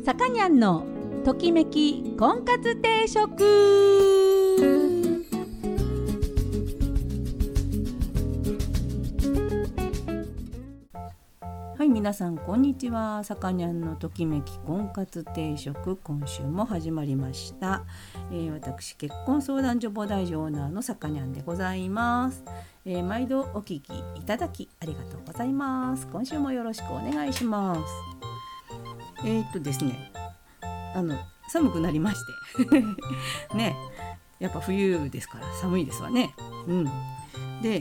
さかにゃんのときめき婚活定食。はい、皆さんこんにちは。さかにゃんのときめき婚活定食、今週も始まりました。私結婚相談所菩提寺オーナーのさかにゃんでございます。毎度お聞きいただきありがとうございます。今週もよろしくお願いします。ですね、寒くなりましてね、やっぱ冬ですから寒いですわね。で、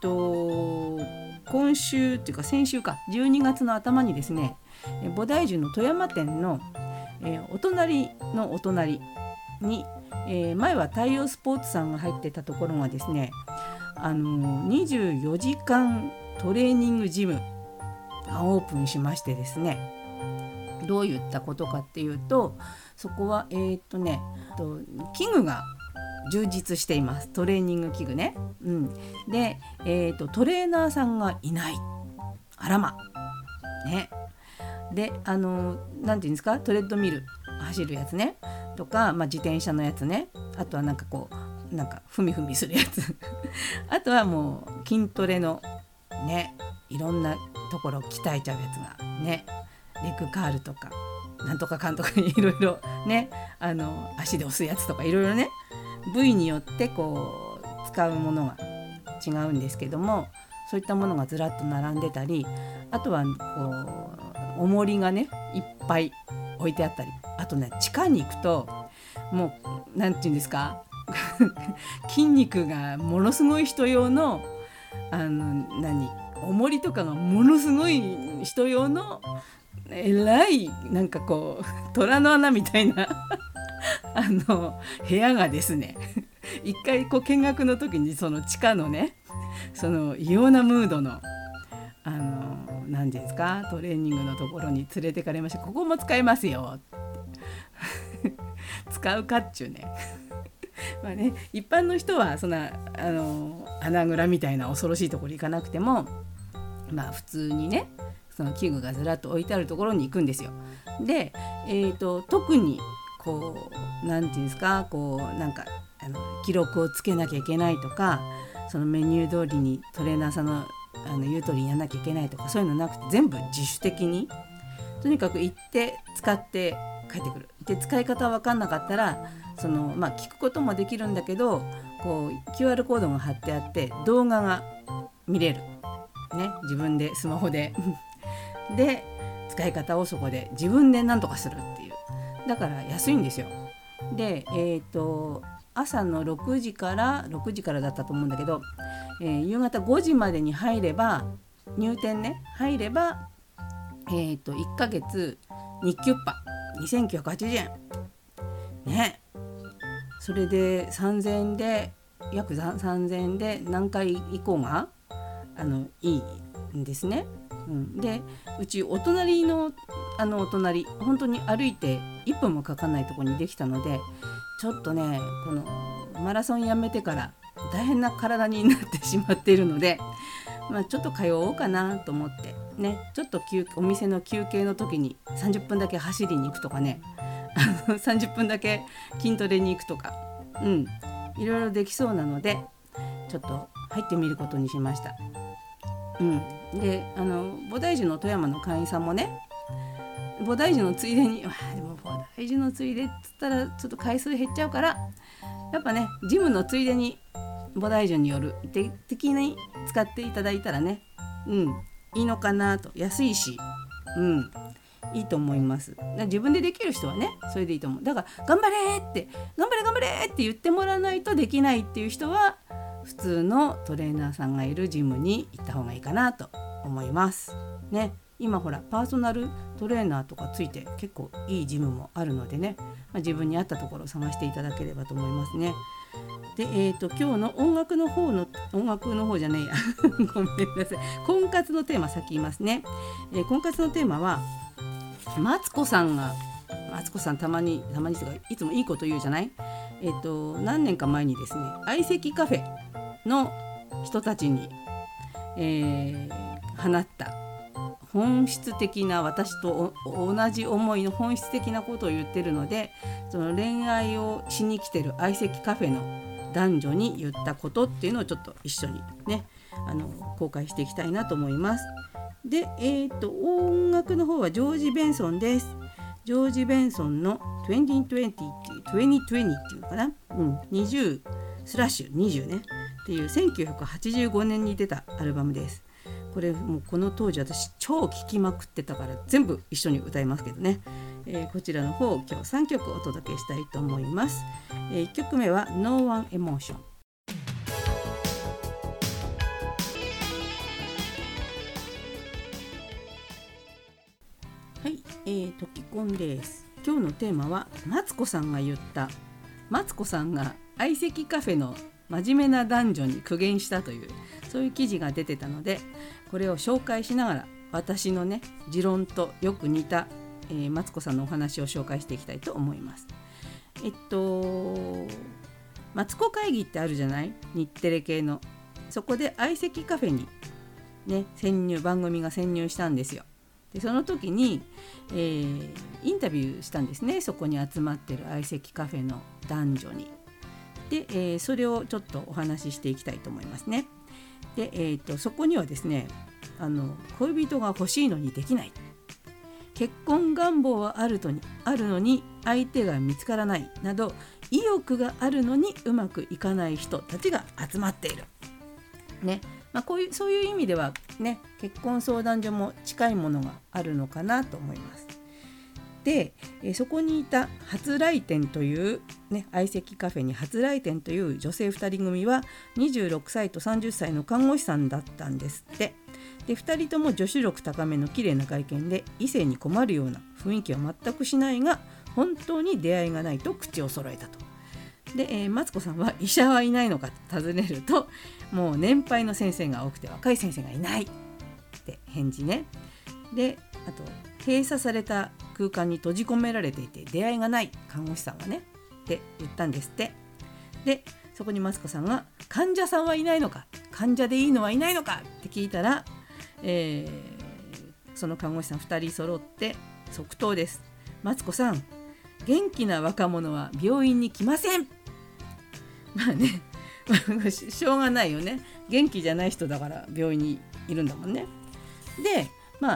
今週っていうか先週か12月の頭にですね、菩提寺の富山店の、お隣のお隣に、前は太陽スポーツさんが入ってたところがですね、24時間トレーニングジムがオープンしましてですね、どういったことかっていうと、そこは器具が充実しています。トレーニング器具ね。で、トレーナーさんがいない。あらまね。で、なんていうんですか、トレッドミル走るやつねとか、自転車のやつね、あとはなんかふみふみするやつあとはもう筋トレのね、いろんなところを鍛えちゃうやつがね、レッグカールとかなんとかかんとかいろいろね、足で押すやつとかいろいろね、部位によってこう使うものが違うんですけども、そういったものがずらっと並んでたり、あとはこう重りがねいっぱい置いてあったり、あとね、地下に行くともうなんていうんですか筋肉がものすごい人用の重りとかがものすごい人用のえらいなんかこう虎の穴みたいな部屋がですね、一回こう見学の時にその地下のね、その異様なムードの何ていうんですか、トレーニングのところに連れてかれました。ここも使えますよって使うかっちゅうねね、一般の人はそんな穴蔵みたいな恐ろしいところ行かなくても、普通にね、その器具がずらっと置いてあるところに行くんですよ。で、特にこうなんていうんですか、こうなんか記録をつけなきゃいけないとか、そのメニュー通りにトレーナーさんの言う通りにやらなきゃいけないとか、そういうのなくて、全部自主的にとにかく行って使って帰ってくる。で、使い方分かんなかったら聞くこともできるんだけど、こう QR コードが貼ってあって動画が見れるね、自分でスマホでで、使い方をそこで自分で何とかするっていう。だから安いんですよ。で、朝の6時からだったと思うんだけど、夕方5時までに入れば、入店ね入れば、1ヶ月日給パ2980円ね。それで3000円で、約3000円で何回以降がいいんですね。で、うちお隣のお隣、本当に歩いて1分もかかんないところにできたので、ちょっとね、このマラソンやめてから大変な体になってしまっているので、ちょっと通おうかなと思ってね、ちょっとお店の休憩の時に30分だけ走りに行くとかね30分だけ筋トレに行くとか、いろいろできそうなので、ちょっと入ってみることにしました。で、菩提寺の富山の会員さんもね、菩提寺のついでに、でも菩提寺のついでっつったらちょっと回数減っちゃうから、やっぱね、ジムのついでに菩提寺による的に使っていただいたらね、いいのかなと。安いし、いいと思います。自分でできる人はね、それでいいと思う。だから頑張れって言ってもらわないとできないっていう人は、普通のトレーナーさんがいるジムに行った方がいいかなと思いますね。今ほらパーソナルトレーナーとかついて結構いいジムもあるのでね、自分に合ったところを探していただければと思いますね。で、今日の音楽の方じゃねえやごめんなさい。婚活のテーマ先言いますね。婚活のテーマは、マツコさんたまにいつもいいこと言うじゃない。何年か前にですね、相席カフェの人たちに、放った本質的な、私と同じ思いの本質的なことを言ってるので、その恋愛をしに来てる相席カフェの男女に言ったことっていうのをちょっと一緒にね公開していきたいなと思います。で、音楽の方はジョージ・ベンソンです。ジョージ・ベンソンの2020っていうのかな、20/20ねっていう1985年に出たアルバムです。これもうこの当時私超聴きまくってたから全部一緒に歌いますけどね、こちらの方今日3曲お届けしたいと思います。1曲目は No One Emotion。はい、トキコンです。今日のテーマはマツコさんが言った、マツコさんが相席カフェの真面目な男女に苦言したという、そういう記事が出てたので、これを紹介しながら私のね持論とよく似た、マツコさんのお話を紹介していきたいと思います。マツコ会議ってあるじゃない、日テレ系の。そこで相席カフェにね番組が潜入したんですよ。でその時に、インタビューしたんですね、そこに集まってる相席カフェの男女に。で、それをちょっとお話ししていきたいと思いますね。で、そこにはですね、恋人が欲しいのにできない、結婚願望はあるのに相手が見つからないなど、意欲があるのにうまくいかない人たちが集まっている、ね。そういう意味ではね、結婚相談所も近いものがあるのかなと思います。で、そこにいた初来店という、ね、相席カフェに初来店という女性2人組は26歳と30歳の看護師さんだったんですって。で2人とも女子力高めの綺麗な外見で、異性に困るような雰囲気は全くしないが、本当に出会いがないと口を揃えたと。で、マツコさんは医者はいないのかと尋ねると、もう年配の先生が多くて若い先生がいないって返事ね。で、あと閉鎖された空間に閉じ込められていて出会いがない看護師さんはねって言ったんですって。でそこにマツコさんが、患者さんはいないのか、患者でいいのはいないのかって聞いたら、その看護師さん2人揃って即答です。マツコさん、元気な若者は病院に来ません。まあねしょうがないよね、元気じゃない人だから病院にいるんだもんね。で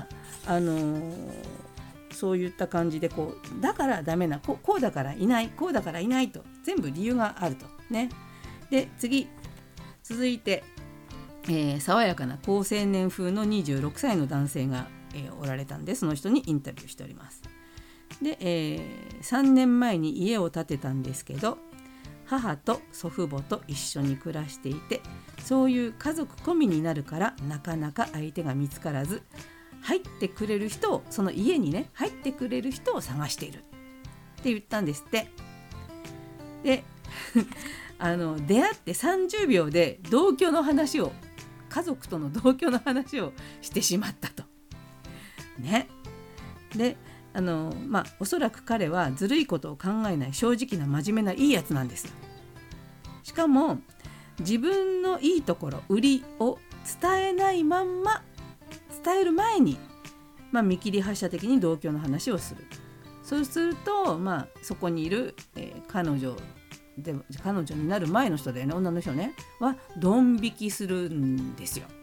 そういった感じでだからダメな、こうだからいない、こうだからいないと全部理由があるとね。で続いて、爽やかな高青年風の26歳の男性が、おられたんで、その人にインタビューしております。で、3年前に家を建てたんですけど、母と祖父母と一緒に暮らしていて、そういう家族込みになるからなかなか相手が見つからず、入ってくれる人を、その家にね入ってくれる人を探しているって言ったんですって。で出会って30秒で同居の話を、家族との同居の話をしてしまったとね。でおそらく彼はずるいことを考えない正直な真面目ないいやつなんですよ。しかも自分のいいところ、売りを伝えないまんま、伝える前に、見切り発車的に同居の話をする。そうすると、そこにいる、彼女になる前の人だよね、女の人ねはドン引きするんですよ。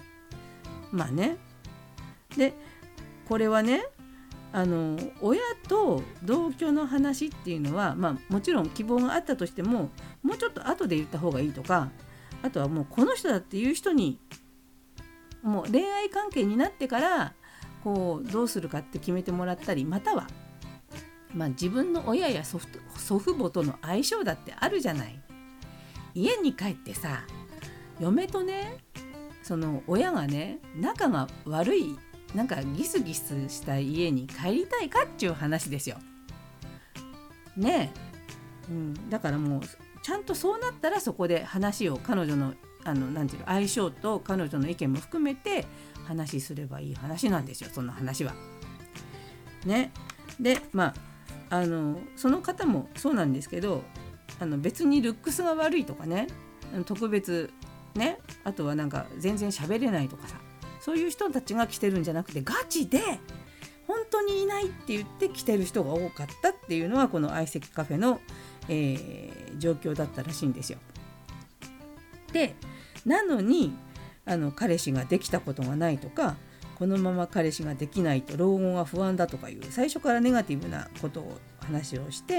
でこれはね、親と同居の話っていうのは、もちろん希望があったとしても、もうちょっと後で言った方がいいとか、あとはもうこの人だっていう人にもう恋愛関係になってからどうするかって決めてもらったり、または自分の親や祖父母との相性だってあるじゃない。家に帰ってさ、嫁とね、その親がね仲が悪い、なんかギスギスした家に帰りたいかっていう話ですよね。だからもうちゃんとそうなったら、そこで話を、彼女のなんていうの、相性と彼女の意見も含めて話すればいい話なんですよ、その話はね。でその方もそうなんですけど、別にルックスが悪いとかね、特別ね、あとはなんか全然喋れないとかさ、 そういう人たちが来てるんじゃなくて、ガチで本当にいないって言って来てる人が多かったっていうのはこの相席カフェの、状況だったらしいんですよ。でなのに彼氏ができたことがないとか、このまま彼氏ができないと老後が不安だとかいう最初からネガティブなことを話をして、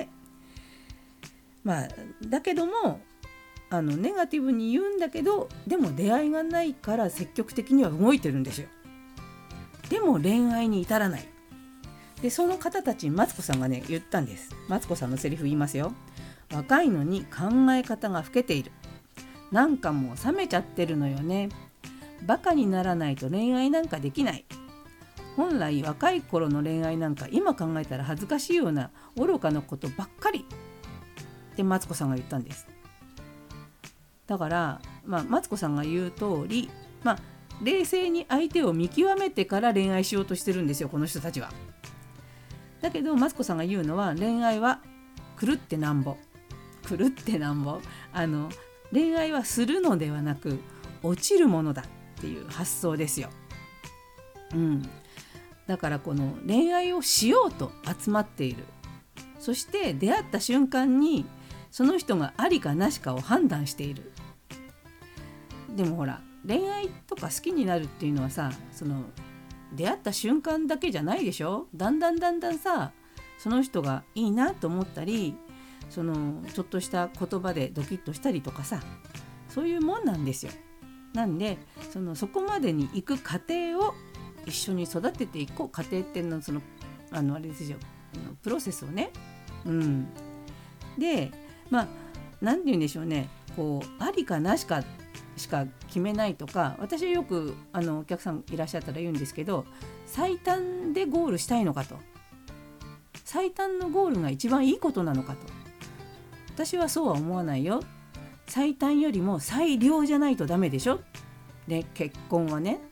だけどもネガティブに言うんだけど、でも出会いがないから積極的には動いてるんですよ。でも恋愛に至らない。でその方たちにマツコさんがね言ったんです。マツコさんのセリフ言いますよ。若いのに考え方が老けている。なんかもう冷めちゃってるのよね。バカにならないと恋愛なんかできない。本来若い頃の恋愛なんか今考えたら恥ずかしいような愚かなことばっかりってマツコさんが言ったんです。だから、マツコさんが言う通り、冷静に相手を見極めてから恋愛しようとしてるんですよ、この人たちは。だけどマツコさんが言うのは、恋愛は狂ってなんぼ。狂ってなんぼ。恋愛はするのではなく落ちるものだっていう発想ですよ。だからこの恋愛をしようと集まっている。そして出会った瞬間にその人がありかなしかを判断している。でもほら、恋愛とか好きになるっていうのはさ、出会った瞬間だけじゃないでしょ。だんだんさ、その人がいいなと思ったり、ちょっとした言葉でドキッとしたりとかさ、そういうもんなんですよ。なんでそこまでに行く過程を一緒に育てていこう。過程っていうのはあれですよ、プロセスをね。でなんて言うんでしょうね、ありかなしかしか決めないとか、私はよくお客さんいらっしゃったら言うんですけど、最短でゴールしたいのかと、最短のゴールが一番いいことなのかと。私はそうは思わないよ。最短よりも最良じゃないとダメでしょ。で結婚はね、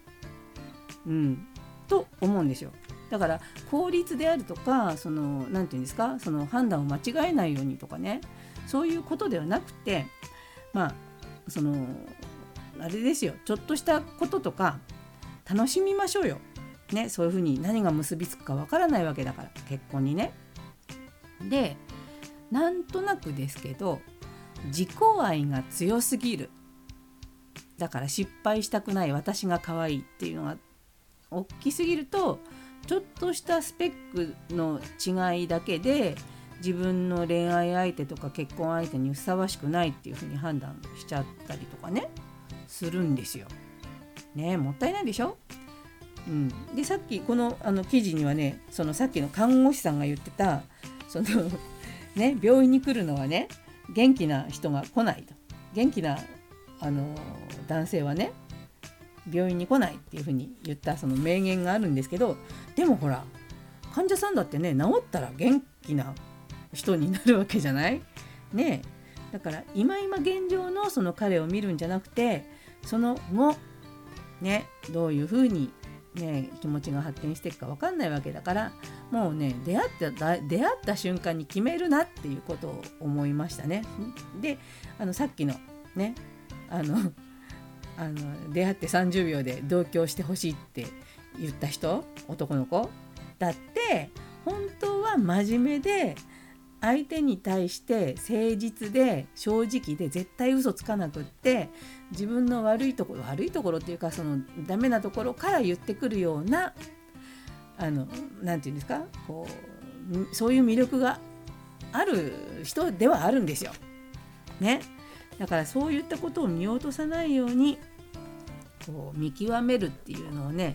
と思うんですよ。だから効率であるとか、なんていうんですか、判断を間違えないようにとかね、そういうことではなくて、あれですよ、ちょっとしたこととか楽しみましょうよ。ね、そういうふうに何が結びつくかわからないわけだから、結婚にね。で、なんとなくですけど、自己愛が強すぎる。だから失敗したくない私が可愛いっていうのが大きすぎると、ちょっとしたスペックの違いだけで自分の恋愛相手とか結婚相手にふさわしくないっていうふうに判断しちゃったりとかね、するんですよ。ね、もったいないでしょ。でさっきこの記事にはね、さっきの看護師さんが言ってた病院に来るのはね、元気な人が来ないと。元気な男性はね病院に来ないっていうふうに言った名言があるんですけど、でもほら、患者さんだってね、治ったら元気な人になるわけじゃないね。だから今現状の彼を見るんじゃなくて、その後ね、どういうふうにね気持ちが発展していくか分かんないわけだから、もうね出会った瞬間に決めるなっていうことを思いましたね。でさっきのね出会って30秒で同居してほしいって言った人、男の子だって本当は真面目で相手に対して誠実で正直で絶対嘘つかなくって、自分の悪いところっていうか、ダメなところから言ってくるようななんていうんですか、そういう魅力がある人ではあるんですよね。だからそういったことを見落とさないように見極めるっていうのをね、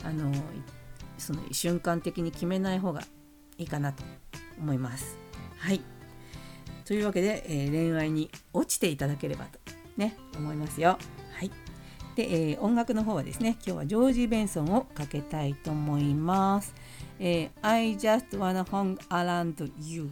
瞬間的に決めない方がいいかなと思います。はい、というわけで、恋愛に落ちていただければとね思いますよ。はい。で、音楽の方はですね、今日はジョージ・ベンソンをかけたいと思います。I just wanna hang around you。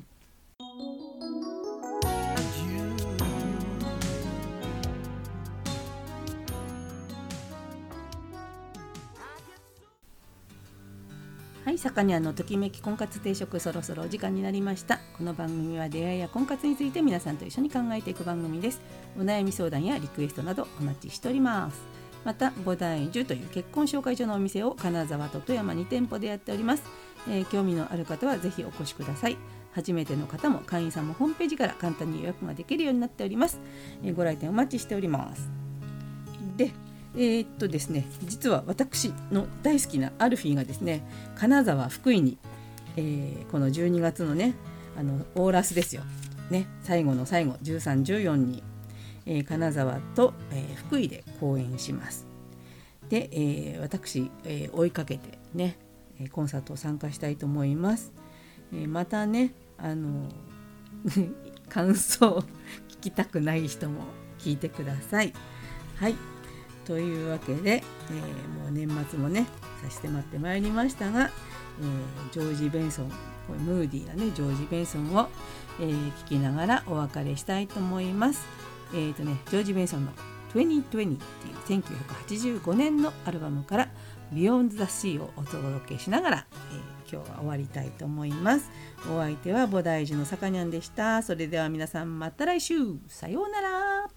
はい、さかにゃんのときめき婚活定食、そろそろお時間になりました。この番組は出会いや婚活について皆さんと一緒に考えていく番組です。お悩み相談やリクエストなどお待ちしております。 また菩提樹という結婚紹介所のお店を金沢と富山2店舗でやっております。興味のある方はぜひお越しください。初めての方も会員さんもホームページから簡単に予約ができるようになっております。ご来店お待ちしております。でですね、実は私の大好きなアルフィーがですね、金沢福井に、この12月のねオーラスですよ、ね、最後の最後13、14に、金沢と、福井で公演します。で、私、追いかけてねコンサートを参加したいと思います。またね感想聞きたくない人も聞いてください。はい、というわけで、もう年末もね差し迫ってまいりましたが、ジョージ・ベンソン、これムーディーなねジョージ・ベンソンを、聞きながらお別れしたいと思います。ジョージ・ベンソンの2020っていう1985年のアルバムからBeyond the Sea をお届けしながら、今日は終わりたいと思います。お相手は菩提樹のさかにゃんでした。それでは皆さんまた来週、さようなら。